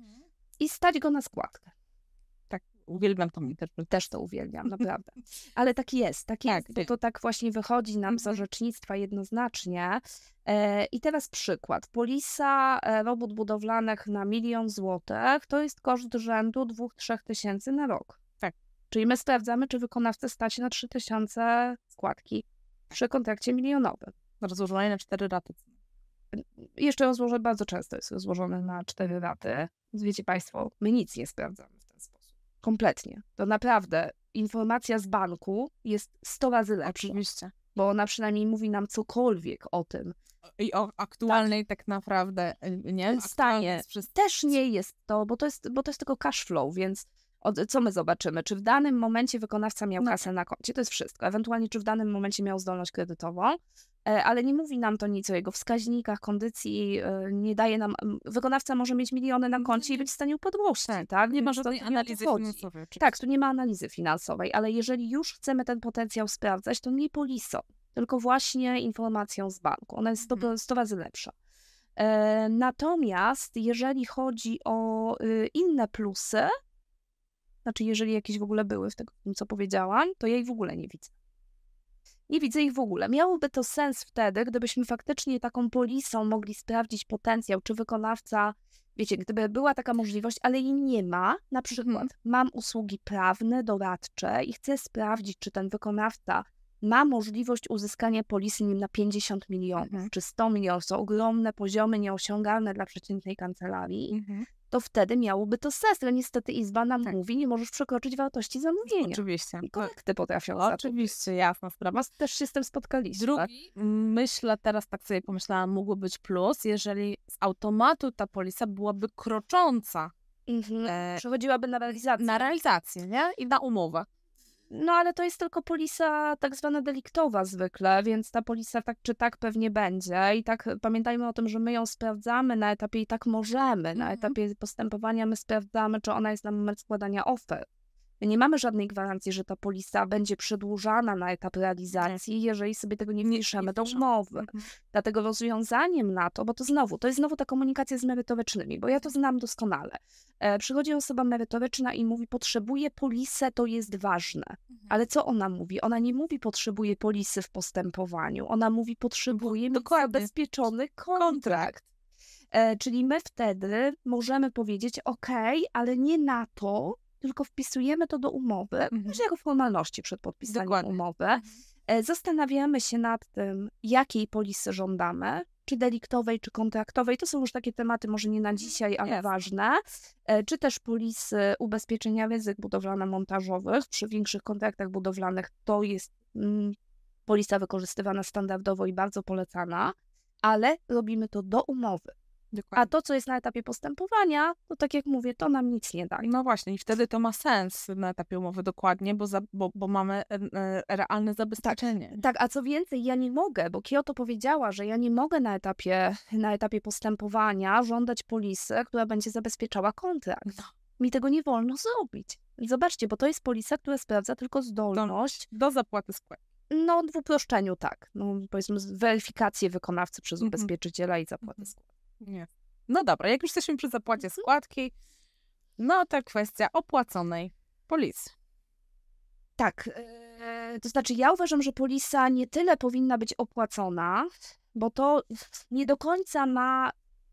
i stać go na składkę. Uwielbiam tą interpretację. Też to uwielbiam, naprawdę. Ale tak jest, tak Tak, jest, bo tak. to tak właśnie wychodzi nam z Mhm. orzecznictwa jednoznacznie. E, I teraz przykład. Polisa e, robót budowlanych na milion złotych to jest koszt rzędu dwóch, trzech tysięcy na rok. Tak. Czyli my sprawdzamy, czy wykonawca stać na trzy tysiące składki przy kontrakcie milionowym. Rozłożone na cztery raty. Jeszcze rozłożę, bardzo często jest rozłożone na cztery raty. Więc wiecie Państwo, my nic nie sprawdzamy w ten sposób. Kompletnie. To naprawdę informacja z banku jest sto razy lepsza, Oczywiście. bo ona przynajmniej mówi nam cokolwiek o tym. I o aktualnej tak, naprawdę, y, nie? Stanie. Aktualnej przez- Też nie jest to, bo to jest, bo to jest tylko cash flow, więc od, co my zobaczymy? Czy w danym momencie wykonawca miał No kasę na koncie? To jest wszystko. Ewentualnie, czy w danym momencie miał zdolność kredytową, e, ale nie mówi nam to nic o jego wskaźnikach, kondycji, e, nie daje nam... m, Wykonawca może mieć miliony na koncie i być w stanie upadłości, tak? Tak, nie ma Więc to żadnej nie o to analizy chodzi. finansowej. oczywiście. Tak, tu nie ma analizy finansowej, ale jeżeli już chcemy ten potencjał sprawdzać, to nie polisą, tylko właśnie informacją z banku. Ona jest sto, sto razy lepsza. E, natomiast jeżeli chodzi o y, inne plusy, znaczy jeżeli jakieś w ogóle były w tym, co powiedziałam, to ja ich w ogóle nie widzę. Nie widzę ich w ogóle. Miałoby to sens wtedy, gdybyśmy faktycznie taką polisą mogli sprawdzić potencjał, czy wykonawca, wiecie, gdyby była taka możliwość, ale jej nie ma, na przykład hmm. mam usługi prawne, doradcze i chcę sprawdzić, czy ten wykonawca ma możliwość uzyskania polisy nim na pięćdziesiąt milionów, hmm. czy sto milionów, są ogromne poziomy nieosiągalne dla przeciętnej kancelarii, hmm. to wtedy miałoby to sens, ale niestety Izba nam tak. mówi, nie możesz przekroczyć wartości zamówienia. Oczywiście. I korekty potrafią no, oczywiście, jasna sprawa. Też się z tym spotkaliśmy. Drugi, myślę, teraz tak sobie pomyślałam, mógłby być plus, jeżeli z automatu ta polisa byłaby krocząca. Mhm. E, Przechodziłaby na realizację. Na realizację, nie? I na umowę. No ale to jest tylko polisa tak zwana deliktowa zwykle, więc ta polisa tak czy tak pewnie będzie i tak pamiętajmy o tym, że my ją sprawdzamy na etapie i tak możemy, na etapie postępowania my sprawdzamy, czy ona jest na moment składania ofert. My nie mamy żadnej gwarancji, że ta polisa będzie przedłużana na etap realizacji, jeżeli sobie tego nie wpiszemy do umowy. Mhm. Dlatego rozwiązaniem na to, bo to znowu, to jest znowu ta komunikacja z merytorycznymi, bo ja to znam doskonale. E, przychodzi osoba merytoryczna i mówi, potrzebuję polisę, to jest ważne. Mhm. Ale co ona mówi? Ona nie mówi, potrzebuję polisy w postępowaniu. Ona mówi, potrzebuję mieć zabezpieczony kontrakt. E, czyli my wtedy możemy powiedzieć, ok, ale nie na to, tylko wpisujemy to do umowy, mhm. jako formalności przed podpisaniem Dokładnie. umowy. Mhm. Zastanawiamy się nad tym, jakiej polisy żądamy, czy deliktowej, czy kontraktowej. To są już takie tematy, może nie na dzisiaj, ale yes. ważne. Czy też polisy ubezpieczenia ryzyk budowlano-montażowych. Przy większych kontraktach budowlanych to jest mm, polisa wykorzystywana standardowo i bardzo polecana, ale robimy to do umowy. Dokładnie. A to, co jest na etapie postępowania, to tak jak mówię, to nam nic nie daje. No właśnie, i wtedy to ma sens na etapie umowy dokładnie, bo, za, bo, bo mamy e, realne zabezpieczenie. Tak, tak, a co więcej, ja nie mogę, bo Kyoto powiedziała, że ja nie mogę na etapie, na etapie postępowania żądać polisy, która będzie zabezpieczała kontrakt. No. Mi tego nie wolno zrobić. Zobaczcie, bo to jest polisa, która sprawdza tylko zdolność do, do zapłaty składki. No, w uproszczeniu tak. No, powiedzmy, weryfikację wykonawcy przez mm-hmm. ubezpieczyciela i zapłatę mm-hmm. składki. Nie. No dobra, jak już jesteśmy przy zapłacie składki, no to kwestia opłaconej polisy. Tak, yy, to znaczy ja uważam, że polisa nie tyle powinna być opłacona, bo to nie do końca ma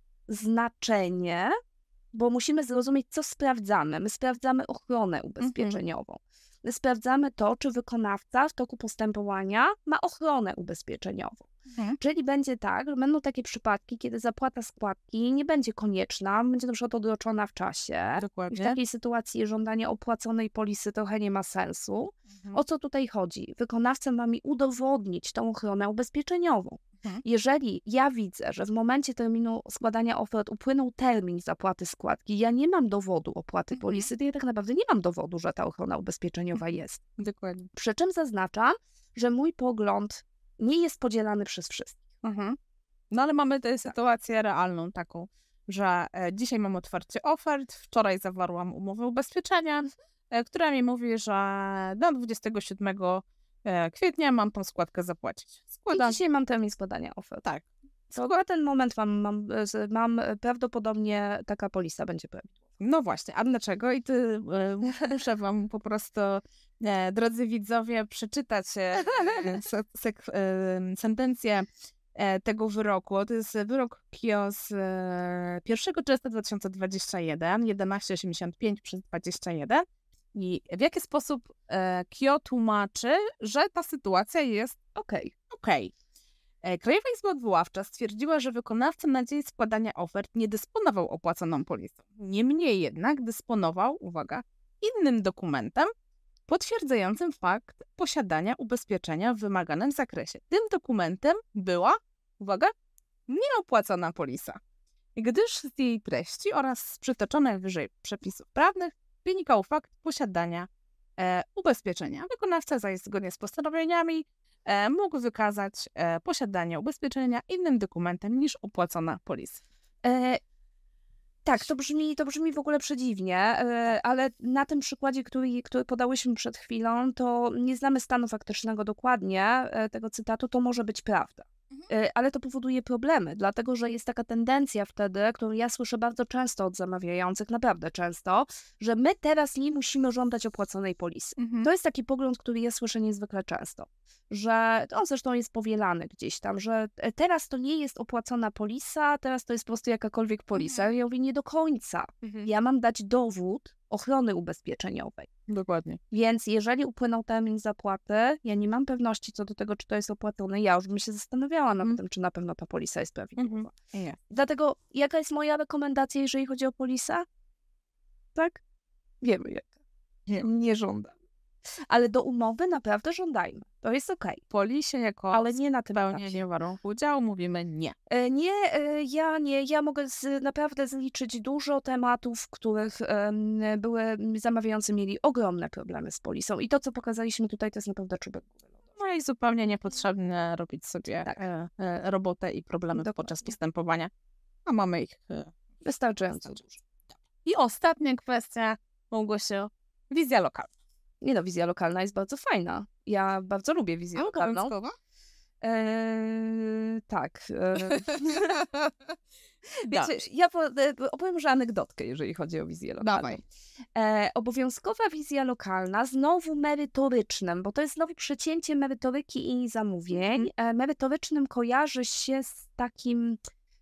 znaczenie, bo musimy zrozumieć, co sprawdzamy. My sprawdzamy ochronę ubezpieczeniową. My sprawdzamy to, czy wykonawca w toku postępowania ma ochronę ubezpieczeniową. Hmm. Czyli będzie tak, że będą takie przypadki, kiedy zapłata składki nie będzie konieczna, będzie na przykład odroczona w czasie. Dokładnie. I w takiej sytuacji żądanie opłaconej polisy trochę nie ma sensu. Hmm. O co tutaj chodzi? Wykonawca ma mi udowodnić tą ochronę ubezpieczeniową. Hmm. Jeżeli ja widzę, że w momencie terminu składania ofert upłynął termin zapłaty składki, ja nie mam dowodu opłaty hmm. polisy, to ja tak naprawdę nie mam dowodu, że ta ochrona ubezpieczeniowa jest. Dokładnie. Przy czym zaznaczam, że mój pogląd nie jest podzielany przez wszystkich. Mhm. No ale mamy tę tak. sytuację realną taką, że e, dzisiaj mam otwarcie ofert, wczoraj zawarłam umowę ubezpieczenia, e, która mi mówi, że do dwudziestego siódmego kwietnia mam tą składkę zapłacić. Składam... I dzisiaj mam termin składania ofert. Tak. To na ten moment mam, mam, mam prawdopodobnie taka polisa będzie prawidłowa. No właśnie, a dlaczego? I ty e, muszę wam po prostu, e, drodzy widzowie, przeczytać e, se, se, e, sentencję e, tego wyroku. To jest wyrok K I O z e, pierwszego czerwca dwa tysiące dwudziestego pierwszego, tysiąc osiemdziesiąt pięć przez dwadzieścia jeden. I w jaki sposób e, K I O tłumaczy, że ta sytuacja jest okej. Okay. Okej. Okay. Krajowa Izba Odwoławcza stwierdziła, że wykonawca na dzień składania ofert nie dysponował opłaconą polisą. Niemniej jednak dysponował, uwaga, innym dokumentem potwierdzającym fakt posiadania ubezpieczenia w wymaganym zakresie. Tym dokumentem była, uwaga, nieopłacona polisa, gdyż z jej treści oraz z przytoczonych wyżej przepisów prawnych wynikał fakt posiadania e, ubezpieczenia. Wykonawca zaś zgodnie z postanowieniami e, mógł wykazać e, posiadanie ubezpieczenia innym dokumentem niż opłacona polisa. E, Tak, to brzmi, to brzmi w ogóle przedziwnie, ale na tym przykładzie, który, który podałyśmy przed chwilą, to nie znamy stanu faktycznego dokładnie tego cytatu, to może być prawda. Mhm. Ale to powoduje problemy, dlatego że jest taka tendencja wtedy, którą ja słyszę bardzo często od zamawiających, naprawdę często, że my teraz nie musimy żądać opłaconej polisy. Mhm. To jest taki pogląd, który ja słyszę niezwykle często, że on zresztą jest powielany gdzieś tam, że teraz to nie jest opłacona polisa, teraz to jest po prostu jakakolwiek polisa. Mhm. Ja mówię, nie do końca. Mhm. Ja mam dać dowód ochrony ubezpieczeniowej. Dokładnie. Więc jeżeli upłynął termin zapłaty, ja nie mam pewności co do tego, czy to jest opłacone. Ja już bym się zastanawiała nad mm. tym, czy na pewno ta polisa jest prawidłowa. Mm-hmm. Yeah. Dlatego jaka jest moja rekomendacja, jeżeli chodzi o polisę? Tak? Wiemy jaka. Nie, nie żądam. Ale do umowy naprawdę żądajmy. To jest okej. Okay. Polisie jako ale nie na tym spełnienie warunku udziału mówimy nie. E, nie, e, ja nie. Ja mogę z, naprawdę zliczyć dużo tematów, w których e, były zamawiający mieli ogromne problemy z polisą. I to, co pokazaliśmy tutaj, to jest naprawdę czubek góry. No i zupełnie niepotrzebne robić sobie tak. e, e, robotę i problemy Dokładnie. podczas postępowania. A mamy ich e, wystarczająco dużo. I ostatnia kwestia, Małgosiu, wizja lokalna. Nie no, wizja lokalna jest bardzo fajna. Ja bardzo lubię wizję A, lokalną. Eee, tak. Eee. Wiecie, ja po, opowiem może anegdotkę, jeżeli chodzi o wizję lokalną. Eee, obowiązkowa wizja lokalna, znowu merytorycznym, bo to jest znowu przecięcie merytoryki i zamówień. Eee, merytorycznym kojarzy się z takim,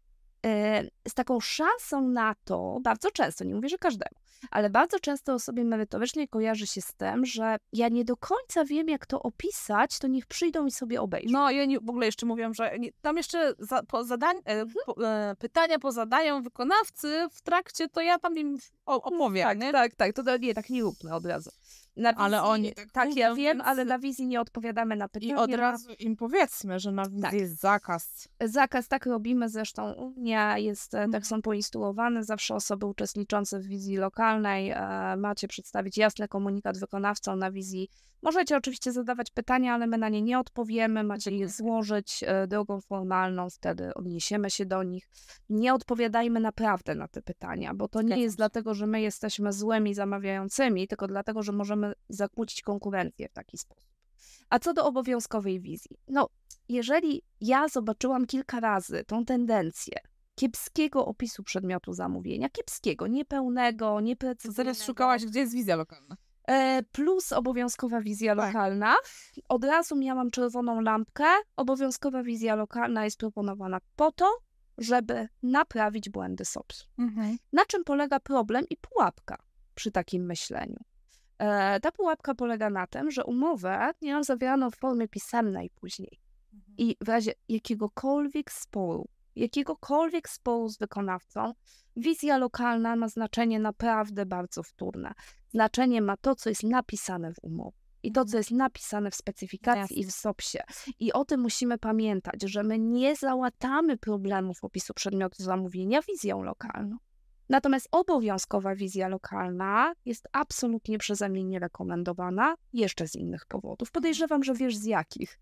e, z taką szansą na to, bardzo często, nie mówię, że każdemu, ale bardzo często osobie merytorycznej kojarzy się z tym, że ja nie do końca wiem, jak to opisać, to niech przyjdą i sobie obejrzą. No i oni w ogóle jeszcze mówią, że nie, tam jeszcze za, po zadań, e, po, e, pytania pozadają wykonawcy w trakcie, to ja tam im opowiem. Tak, nie? tak, tak, to nie, tak nie róbmy od razu. Na wizji, ale oni tak, tak ja wiem, więc... ale na wizji nie odpowiadamy na pytania. I od razu im powiedzmy, że na wizji tak. jest zakaz. Zakaz, tak robimy, zresztą Unia jest, hmm. tak są poinstruowane, zawsze osoby uczestniczące w wizji lokalnej e, macie przedstawić jasny komunikat wykonawcom na wizji. Możecie oczywiście zadawać pytania, ale my na nie nie odpowiemy, macie je złożyć e, drogą formalną, wtedy odniesiemy się do nich. Nie odpowiadajmy naprawdę na te pytania, bo to nie jest dlatego, że my jesteśmy złymi zamawiającymi, tylko dlatego, że możemy zakłócić konkurencję w taki sposób. A co do obowiązkowej wizji? No, jeżeli ja zobaczyłam kilka razy tą tendencję kiepskiego opisu przedmiotu zamówienia, kiepskiego, niepełnego, nieprecyzyjnego. Zaraz szukałaś, gdzie jest wizja lokalna. Plus obowiązkowa wizja tak. lokalna. Od razu miałam czerwoną lampkę. Obowiązkowa wizja lokalna jest proponowana po to, żeby naprawić błędy S O P S u. Mhm. Na czym polega problem i pułapka przy takim myśleniu? E, ta pułapka polega na tym, że umowę nie zawierano w formie pisemnej później. Mhm. I w razie jakiegokolwiek sporu, jakiegokolwiek sporu z wykonawcą, wizja lokalna ma znaczenie naprawdę bardzo wtórne. Znaczenie ma to, co jest napisane w umowie i to, co jest napisane w specyfikacji Jasne. i w S O P S ie. I o tym musimy pamiętać, że my nie załatamy problemów opisu przedmiotu zamówienia wizją lokalną. Natomiast obowiązkowa wizja lokalna jest absolutnie przeze mnie nierekomendowana, jeszcze z innych powodów. Podejrzewam, że wiesz z jakich.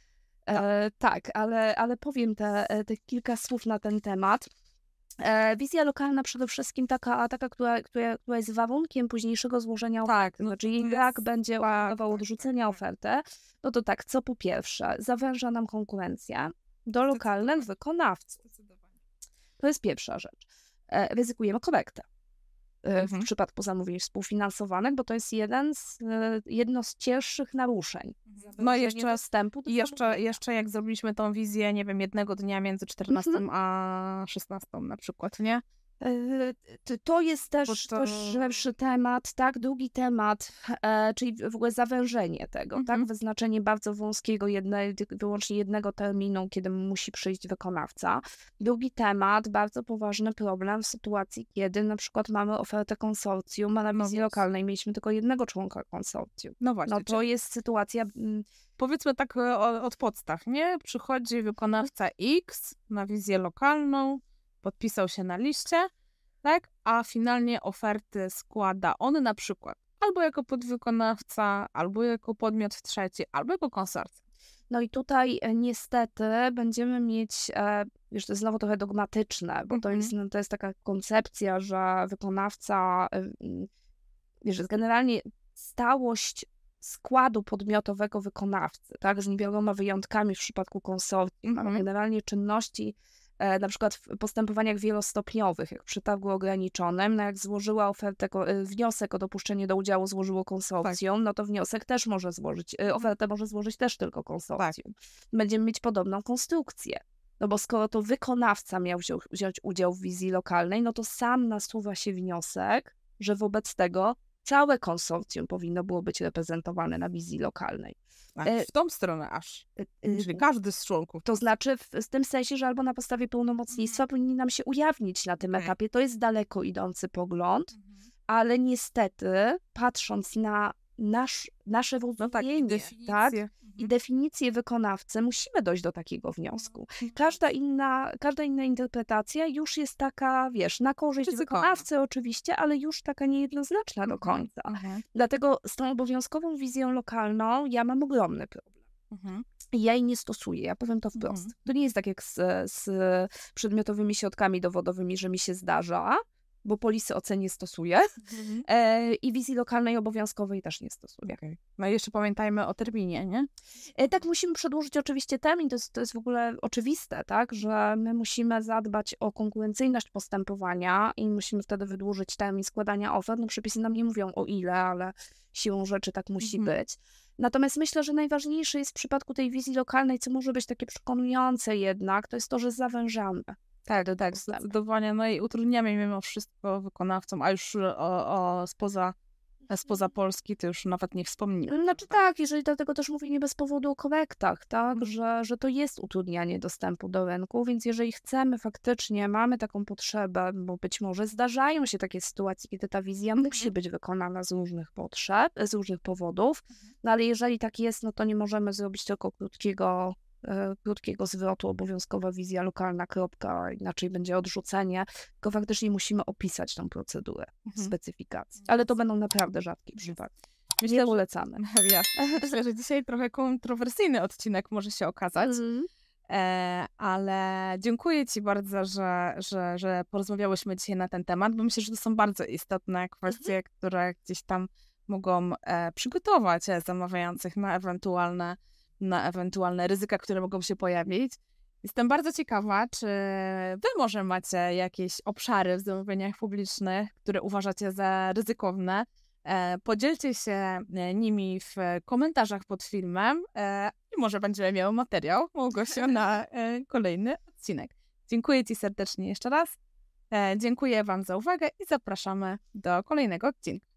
E, tak, ale, ale powiem te, te kilka słów na ten temat. E, wizja lokalna przede wszystkim taka, taka która, która, która jest warunkiem późniejszego złożenia oferty. Tak, no, znaczy jej brak jest... będzie powodował odrzucenia oferty. No to tak, co po pierwsze, zawęża nam konkurencję do lokalnych wykonawców. To jest pierwsza rzecz. E, ryzykujemy korektę. W przypadku zamówień współfinansowanych, bo to jest jeden z, jedno z cięższych naruszeń. No i jeszcze, wstępu i jeszcze, jeszcze jak zrobiliśmy tą wizję, nie wiem, jednego dnia między czternastą a szesnastą na przykład, nie? To jest też, to... też szerszy temat, tak? Drugi temat, e, czyli w ogóle zawężenie tego, mm-hmm. tak? Wyznaczenie bardzo wąskiego, jedne, wyłącznie jednego terminu, kiedy musi przyjść wykonawca. Drugi temat, bardzo poważny problem w sytuacji, kiedy na przykład mamy ofertę konsorcjum, a na wizji no lokalnej mieliśmy tylko jednego członka konsorcjum. No właśnie. No to czy... jest sytuacja... Powiedzmy tak od podstaw, nie? Przychodzi wykonawca X na wizję lokalną, podpisał się na liście, tak? A finalnie oferty składa on na przykład albo jako podwykonawca, albo jako podmiot trzeci, albo jako konsorcjum. No i tutaj e, niestety będziemy mieć, e, wiesz, to jest znowu trochę dogmatyczne, bo to jest, no, to jest taka koncepcja, że wykonawca, e, mm, wiesz, generalnie stałość składu podmiotowego wykonawcy, tak, z niewieloma wyjątkami w przypadku konsorcjum, Mhm. ale generalnie czynności, e, na przykład w postępowaniach wielostopniowych, jak w przetargu ograniczonym, no jak złożyła ofertę, ko- e, wniosek o dopuszczenie do udziału złożyło konsorcjum, no to wniosek też może złożyć, e, ofertę może złożyć też tylko konsorcjum. Będziemy mieć podobną konstrukcję. No bo skoro to wykonawca miał wziął, wziąć udział w wizji lokalnej, no to sam nasuwa się wniosek, że wobec tego całe konsorcjum powinno było być reprezentowane na wizji lokalnej. Tak, E, w tą stronę aż. E, e, Czyli każdy z członków. To znaczy w, w tym sensie, że albo na podstawie pełnomocnictwa powinni nam się ujawnić na tym Okej. etapie. To jest daleko idący pogląd, Mhm. ale niestety patrząc na nasz, nasze No tak, i rozumienie, definicje. tak, i Mhm. definicję wykonawcy, musimy dojść do takiego wniosku. Każda inna, każda inna interpretacja już jest taka, wiesz, na korzyść Ryzykowna. wykonawcy oczywiście, ale już taka niejednoznaczna do końca. Mhm. Dlatego z tą obowiązkową wizją lokalną ja mam ogromny problem. Mhm. I ja jej nie stosuję, ja powiem to wprost. Mhm. To nie jest tak jak z, z przedmiotowymi środkami dowodowymi, że mi się zdarza, bo polisy O C nie stosuję Mhm. e, i wizji lokalnej obowiązkowej też nie stosuję. Okej. No i jeszcze pamiętajmy o terminie, nie? E, tak, musimy przedłużyć oczywiście termin, to jest, to jest w ogóle oczywiste, tak, że my musimy zadbać o konkurencyjność postępowania i musimy wtedy wydłużyć termin składania ofert. No przepisy nam nie mówią o ile, ale siłą rzeczy tak musi Mhm. być. Natomiast myślę, że najważniejsze jest w przypadku tej wizji lokalnej, co może być takie przekonujące jednak, to jest to, że zawężamy. Tak, to tak, postęp. zdecydowanie. No i utrudniamy mimo wszystko wykonawcom, a już o, o spoza, spoza Polski to już nawet nie wspomnimy. Znaczy tak, jeżeli dlatego też mówię nie bez powodu o korektach, tak, Mhm. że, że to jest utrudnianie dostępu do rynku, więc jeżeli chcemy faktycznie, mamy taką potrzebę, bo być może zdarzają się takie sytuacje, kiedy ta wizja musi być wykonana z różnych potrzeb, z różnych powodów, no ale jeżeli tak jest, no to nie możemy zrobić tylko krótkiego, e, krótkiego zwrotu, obowiązkowa wizja lokalna, kropka, inaczej będzie odrzucenie, tylko faktycznie musimy opisać tą procedurę w Mhm. specyfikacji. Ale to będą naprawdę rzadkie przypadki. Myślę, Nie że- polecamy. Jasne. Myślę, że dzisiaj trochę kontrowersyjny odcinek może się okazać, Mhm. e, ale dziękuję Ci bardzo, że, że, że porozmawiałyśmy dzisiaj na ten temat, bo myślę, że to są bardzo istotne kwestie, które gdzieś tam mogą e, przygotować e, zamawiających na ewentualne, na ewentualne ryzyka, które mogą się pojawić. Jestem bardzo ciekawa, czy Wy może macie jakieś obszary w zamówieniach publicznych, które uważacie za ryzykowne. E, Podzielcie się e, nimi w komentarzach pod filmem e, i może będziemy miały materiał, Małgosiu, na e, kolejny odcinek. Dziękuję Ci serdecznie jeszcze raz. E, Dziękuję Wam za uwagę i zapraszamy do kolejnego odcinka.